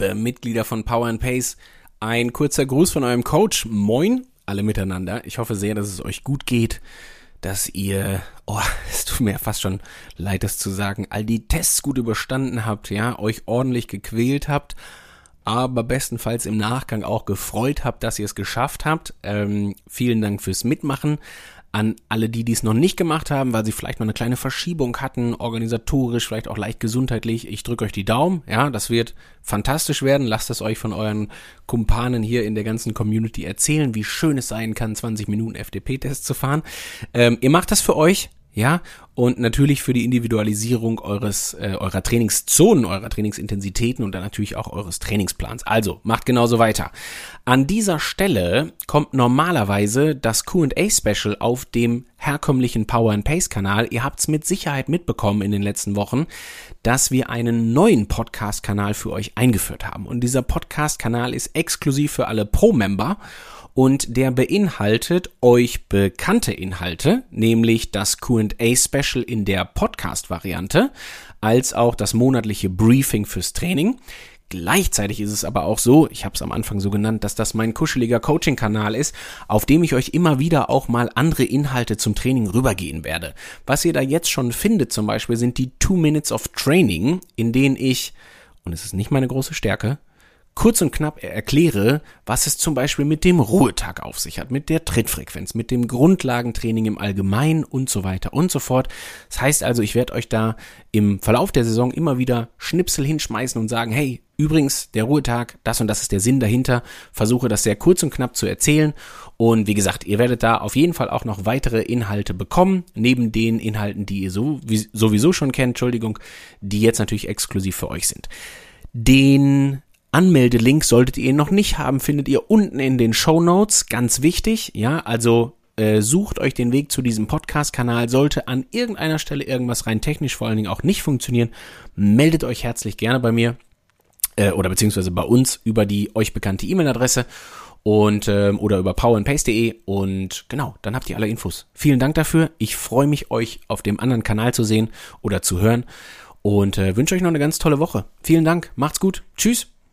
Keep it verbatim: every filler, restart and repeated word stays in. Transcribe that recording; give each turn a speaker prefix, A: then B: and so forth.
A: liebe Mitglieder von Power and Pace, ein kurzer Gruß von eurem Coach. Moin, alle miteinander. Ich hoffe sehr, dass es euch gut geht, dass ihr, oh, es tut mir fast schon leid, das zu sagen, all die Tests gut überstanden habt, ja, euch ordentlich gequält habt, aber bestenfalls im Nachgang auch gefreut habt, dass ihr es geschafft habt. Ähm, vielen Dank fürs Mitmachen. An alle die, die es noch nicht gemacht haben, weil sie vielleicht noch eine kleine Verschiebung hatten, organisatorisch, vielleicht auch leicht gesundheitlich. Ich drücke euch die Daumen, ja, das wird fantastisch werden. Lasst es euch von euren Kumpanen hier in der ganzen Community erzählen, wie schön es sein kann, zwanzig Minuten F D P-Test zu fahren. Ähm, ihr macht das für euch, ja, und natürlich für die Individualisierung eures äh, eurer Trainingszonen, eurer Trainingsintensitäten und dann natürlich auch eures Trainingsplans. Also, macht genauso weiter. An dieser Stelle kommt normalerweise das Q and A-Special auf dem herkömmlichen Power and Pace-Kanal. Ihr habt's mit Sicherheit mitbekommen in den letzten Wochen, dass wir einen neuen Podcast-Kanal für euch eingeführt haben. Und dieser Podcast-Kanal ist exklusiv für alle Pro-Member. Und der beinhaltet euch bekannte Inhalte, nämlich das Q and A-Special in der Podcast-Variante, als auch das monatliche Briefing fürs Training. Gleichzeitig ist es aber auch so, ich habe es am Anfang so genannt, dass das mein kuscheliger Coaching-Kanal ist, auf dem ich euch immer wieder auch mal andere Inhalte zum Training rübergehen werde. Was ihr da jetzt schon findet zum Beispiel sind die Two Minutes of Training, in denen ich, und es ist nicht meine große Stärke, kurz und knapp erkläre, was es zum Beispiel mit dem Ruhetag auf sich hat, mit der Trittfrequenz, mit dem Grundlagentraining im Allgemeinen und so weiter und so fort. Das heißt also, ich werde euch da im Verlauf der Saison immer wieder Schnipsel hinschmeißen und sagen, hey, übrigens, der Ruhetag, das und das ist der Sinn dahinter. Versuche das sehr kurz und knapp zu erzählen. Und wie gesagt, ihr werdet da auf jeden Fall auch noch weitere Inhalte bekommen, neben den Inhalten, die ihr so, wie, sowieso schon kennt, Entschuldigung, die jetzt natürlich exklusiv für euch sind. Den Anmeldelink solltet ihr noch nicht haben, findet ihr unten in den Shownotes, ganz wichtig, ja, also äh, sucht euch den Weg zu diesem Podcast-Kanal, sollte an irgendeiner Stelle irgendwas rein technisch vor allen Dingen auch nicht funktionieren, meldet euch herzlich gerne bei mir äh, oder beziehungsweise bei uns über die euch bekannte E-Mail-Adresse und ähm, oder über power and pace punkt de und genau, dann habt ihr alle Infos. Vielen Dank dafür, ich freue mich, euch auf dem anderen Kanal zu sehen oder zu hören und äh, wünsche euch noch eine ganz tolle Woche. Vielen Dank, macht's gut, tschüss!